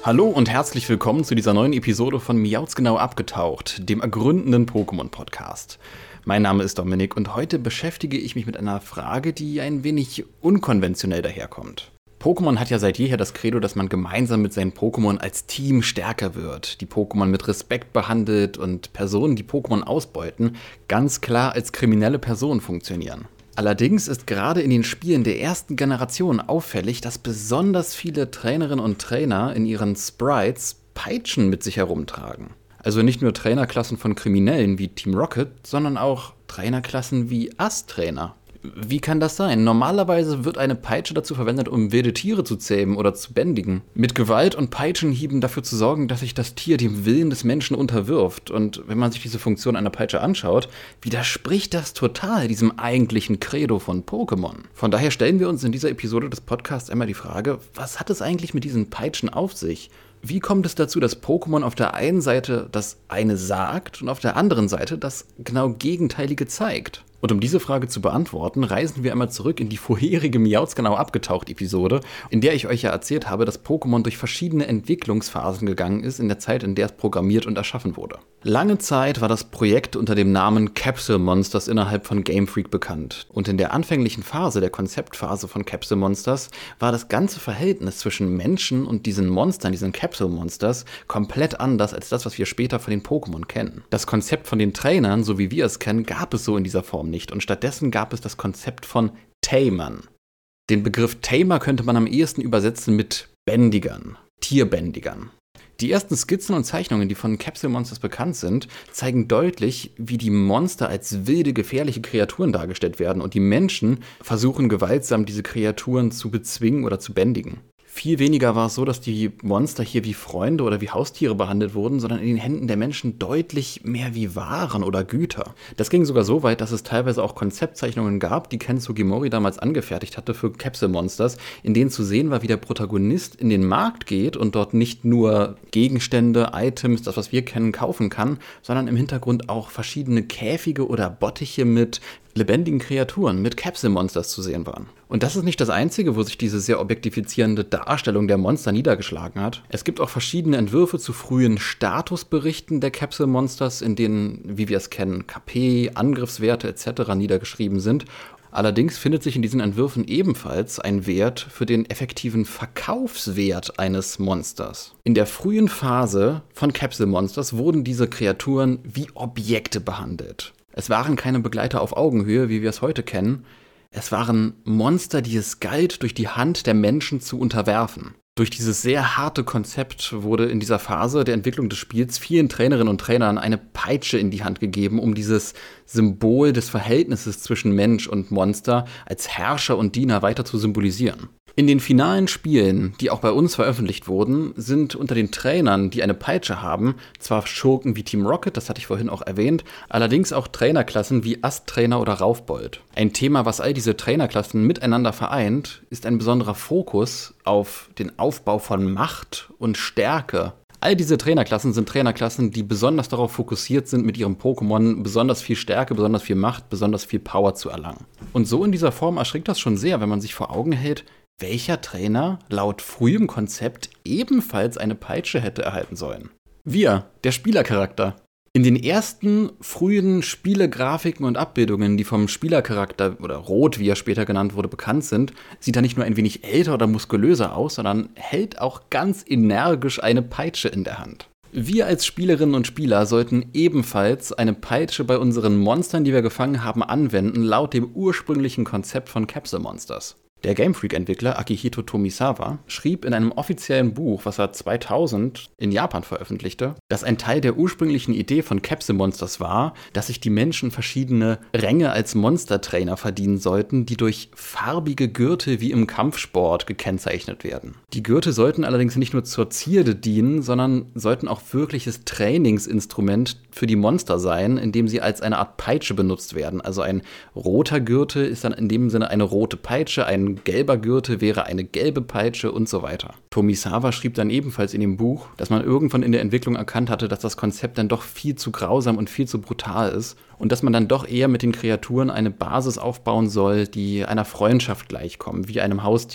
Hallo und herzlich willkommen zu dieser neuen Episode von Miautsgenau abgetaucht, dem ergründenden Pokémon-Podcast. Mein Name ist Dominik und heute beschäftige ich mich mit einer Frage, die ein wenig unkonventionell daherkommt. Pokémon hat ja seit jeher das Credo, dass man gemeinsam mit seinen Pokémon als Team stärker wird, die Pokémon mit Respekt behandelt und Personen, die Pokémon ausbeuten, ganz klar als kriminelle Personen funktionieren. Allerdings ist gerade in den Spielen der ersten Generation auffällig, dass besonders viele Trainerinnen und Trainer in ihren Sprites Peitschen mit sich herumtragen. Also nicht nur Trainerklassen von Kriminellen wie Team Rocket, sondern auch Trainerklassen wie Ass-Trainer. Wie kann das sein? Normalerweise wird eine Peitsche dazu verwendet, um wilde Tiere zu zähmen oder zu bändigen. Mit Gewalt und Peitschenhieben dafür zu sorgen, dass sich das Tier dem Willen des Menschen unterwirft. Und wenn man sich diese Funktion einer Peitsche anschaut, widerspricht das total diesem eigentlichen Credo von Pokémon. Von daher stellen wir uns in dieser Episode des Podcasts einmal die Frage, was hat es eigentlich mit diesen Peitschen auf sich? Wie kommt es dazu, dass Pokémon auf der einen Seite das eine sagt und auf der anderen Seite das genau Gegenteilige zeigt? Und um diese Frage zu beantworten, reisen wir einmal zurück in die vorherige Miautsgenau abgetaucht Episode, in der ich euch ja erzählt habe, dass Pokémon durch verschiedene Entwicklungsphasen gegangen ist in der Zeit, in der es programmiert und erschaffen wurde. Lange Zeit war das Projekt unter dem Namen Capsule Monsters innerhalb von Game Freak bekannt. Und in der anfänglichen Phase, der Konzeptphase von Capsule Monsters, war das ganze Verhältnis zwischen Menschen und diesen Monstern, diesen Capsule Monsters, komplett anders als das, was wir später von den Pokémon kennen. Das Konzept von den Trainern, so wie wir es kennen, gab es so in dieser Form nicht. Und stattdessen gab es das Konzept von Tamern. Den Begriff Tamer könnte man am ehesten übersetzen mit Bändigern, Tierbändigern. Die ersten Skizzen und Zeichnungen, die von Capsule Monsters bekannt sind, zeigen deutlich, wie die Monster als wilde, gefährliche Kreaturen dargestellt werden und die Menschen versuchen gewaltsam, diese Kreaturen zu bezwingen oder zu bändigen. Viel weniger war es so, dass die Monster hier wie Freunde oder wie Haustiere behandelt wurden, sondern in den Händen der Menschen deutlich mehr wie Waren oder Güter. Das ging sogar so weit, dass es teilweise auch Konzeptzeichnungen gab, die Ken Sugimori damals angefertigt hatte für Capsule Monsters, in denen zu sehen war, wie der Protagonist in den Markt geht und dort nicht nur Gegenstände, Items, das was wir kennen, kaufen kann, sondern im Hintergrund auch verschiedene Käfige oder Bottiche mit lebendigen Kreaturen, mit Capsule Monsters zu sehen waren. Und das ist nicht das Einzige, wo sich diese sehr objektifizierende Darstellung der Monster niedergeschlagen hat. Es gibt auch verschiedene Entwürfe zu frühen Statusberichten der Capsule Monsters, in denen, wie wir es kennen, KP, Angriffswerte etc. niedergeschrieben sind. Allerdings findet sich in diesen Entwürfen ebenfalls ein Wert für den effektiven Verkaufswert eines Monsters. In der frühen Phase von Capsule Monsters wurden diese Kreaturen wie Objekte behandelt. Es waren keine Begleiter auf Augenhöhe, wie wir es heute kennen. Es waren Monster, die es galt, durch die Hand der Menschen zu unterwerfen. Durch dieses sehr harte Konzept wurde in dieser Phase der Entwicklung des Spiels vielen Trainerinnen und Trainern eine Peitsche in die Hand gegeben, um dieses Symbol des Verhältnisses zwischen Mensch und Monster als Herrscher und Diener weiter zu symbolisieren. In den finalen Spielen, die auch bei uns veröffentlicht wurden, sind unter den Trainern, die eine Peitsche haben, zwar Schurken wie Team Rocket, das hatte ich vorhin auch erwähnt, allerdings auch Trainerklassen wie Ass-Trainer oder Raufbold. Ein Thema, was all diese Trainerklassen miteinander vereint, ist ein besonderer Fokus auf den Aufbau von Macht und Stärke. All diese Trainerklassen sind Trainerklassen, die besonders darauf fokussiert sind, mit ihrem Pokémon besonders viel Stärke, besonders viel Macht, besonders viel Power zu erlangen. Und so in dieser Form erschrickt das schon sehr, wenn man sich vor Augen hält, welcher Trainer laut frühem Konzept ebenfalls eine Peitsche hätte erhalten sollen. Wir, der Spielercharakter. In den ersten frühen Spielegrafiken und Abbildungen, die vom Spielercharakter oder Rot, wie er später genannt wurde, bekannt sind, sieht er nicht nur ein wenig älter oder muskulöser aus, sondern hält auch ganz energisch eine Peitsche in der Hand. Wir als Spielerinnen und Spieler sollten ebenfalls eine Peitsche bei unseren Monstern, die wir gefangen haben, anwenden, laut dem ursprünglichen Konzept von Capsule Monsters. Der Game Freak-Entwickler Akihito Tomisawa schrieb in einem offiziellen Buch, was er 2000 in Japan veröffentlichte, dass ein Teil der ursprünglichen Idee von Capsule Monsters war, dass sich die Menschen verschiedene Ränge als Monstertrainer verdienen sollten, die durch farbige Gürtel wie im Kampfsport gekennzeichnet werden. Die Gürtel sollten allerdings nicht nur zur Zierde dienen, sondern sollten auch wirkliches Trainingsinstrument für die Monster sein, indem sie als eine Art Peitsche benutzt werden. Also ein roter Gürtel ist dann in dem Sinne eine rote Peitsche, ein gelber Gürtel wäre eine gelbe Peitsche und so weiter. Tomisawa schrieb dann ebenfalls in dem Buch, dass man irgendwann in der Entwicklung erkannt hatte, dass das Konzept dann doch viel zu grausam und viel zu brutal ist und dass man dann doch eher mit den Kreaturen eine Basis aufbauen soll, die einer Freundschaft gleichkommen, wie einem Haustier.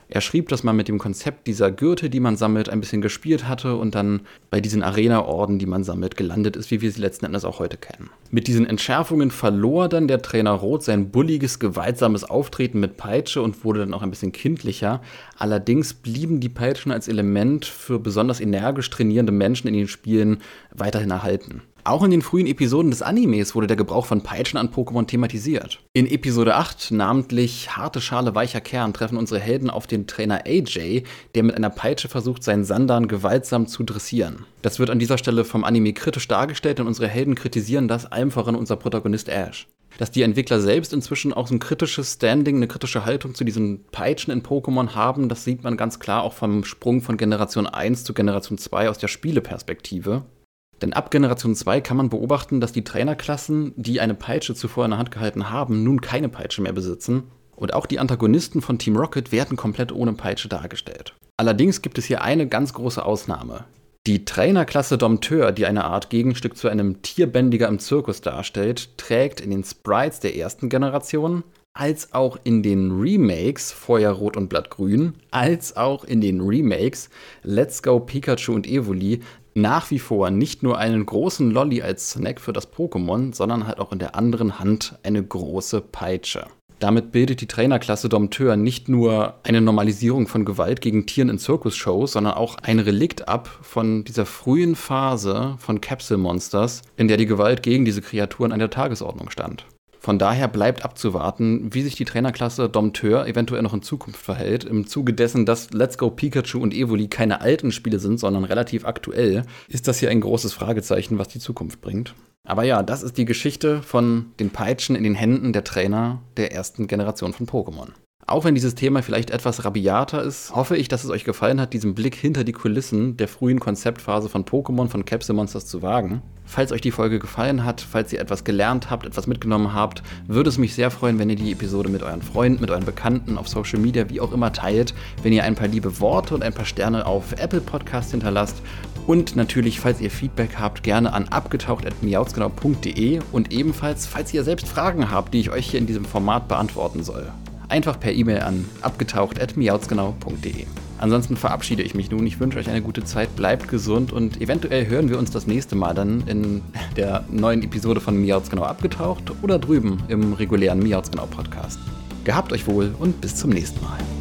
Er schrieb, dass man mit dem Konzept dieser Gürtel, die man sammelt, ein bisschen gespielt hatte und dann bei diesen Arena-Orden, die man sammelt, gelandet ist, wie wir sie letzten Endes auch heute kennen. Mit diesen Entschärfungen verlor dann der Trainer Roth sein bulliges, gewaltsames Auftreten mit Peitsche und wurde dann auch ein bisschen kindlicher. Allerdings blieben die Peitschen als Element für besonders energisch trainierende Menschen in den Spielen weiterhin erhalten. Auch in den frühen Episoden des Animes wurde der Gebrauch von Peitschen an Pokémon thematisiert. In Episode 8, namentlich Harte Schale, weicher Kern, treffen unsere Helden auf den Trainer AJ, der mit einer Peitsche versucht, seinen Sandan gewaltsam zu dressieren. Das wird an dieser Stelle vom Anime kritisch dargestellt, denn unsere Helden kritisieren das, allem voran unser Protagonist Ash. Dass die Entwickler selbst inzwischen auch so ein kritisches Standing, eine kritische Haltung zu diesen Peitschen in Pokémon haben, das sieht man ganz klar auch vom Sprung von Generation 1 zu Generation 2 aus der Spieleperspektive. Denn ab Generation 2 kann man beobachten, dass die Trainerklassen, die eine Peitsche zuvor in der Hand gehalten haben, nun keine Peitsche mehr besitzen. Und auch die Antagonisten von Team Rocket werden komplett ohne Peitsche dargestellt. Allerdings gibt es hier eine ganz große Ausnahme. Die Trainerklasse Dompteur, die eine Art Gegenstück zu einem Tierbändiger im Zirkus darstellt, trägt in den Sprites der ersten Generation, als auch in den Remakes Feuerrot und Blattgrün, als auch in den Remakes Let's Go Pikachu und Evoli nach wie vor nicht nur einen großen Lolli als Snack für das Pokémon, sondern halt auch in der anderen Hand eine große Peitsche. Damit bildet die Trainerklasse Dompteur nicht nur eine Normalisierung von Gewalt gegen Tieren in Zirkusshows, sondern auch ein Relikt ab von dieser frühen Phase von Capsule Monsters, in der die Gewalt gegen diese Kreaturen an der Tagesordnung stand. Von daher bleibt abzuwarten, wie sich die Trainerklasse Dompteur eventuell noch in Zukunft verhält. Im Zuge dessen, dass Let's Go Pikachu und Evoli keine alten Spiele sind, sondern relativ aktuell, ist das hier ein großes Fragezeichen, was die Zukunft bringt. Aber ja, das ist die Geschichte von den Peitschen in den Händen der Trainer der ersten Generation von Pokémon. Auch wenn dieses Thema vielleicht etwas rabiater ist, hoffe ich, dass es euch gefallen hat, diesen Blick hinter die Kulissen der frühen Konzeptphase von Pokémon, von Capsule Monsters zu wagen. Falls euch die Folge gefallen hat, falls ihr etwas gelernt habt, etwas mitgenommen habt, würde es mich sehr freuen, wenn ihr die Episode mit euren Freunden, mit euren Bekannten auf Social Media, wie auch immer teilt, wenn ihr ein paar liebe Worte und ein paar Sterne auf Apple Podcast hinterlasst und natürlich, falls ihr Feedback habt, gerne an abgetaucht@miautsgenau.de und ebenfalls, falls ihr selbst Fragen habt, die ich euch hier in diesem Format beantworten soll. Einfach per E-Mail an abgetaucht@miautsgenau.de. Ansonsten verabschiede ich mich nun. Ich wünsche euch eine gute Zeit, bleibt gesund und eventuell hören wir uns das nächste Mal dann in der neuen Episode von Miautsgenau abgetaucht oder drüben im regulären Miautsgenau Podcast. Gehabt euch wohl und bis zum nächsten Mal.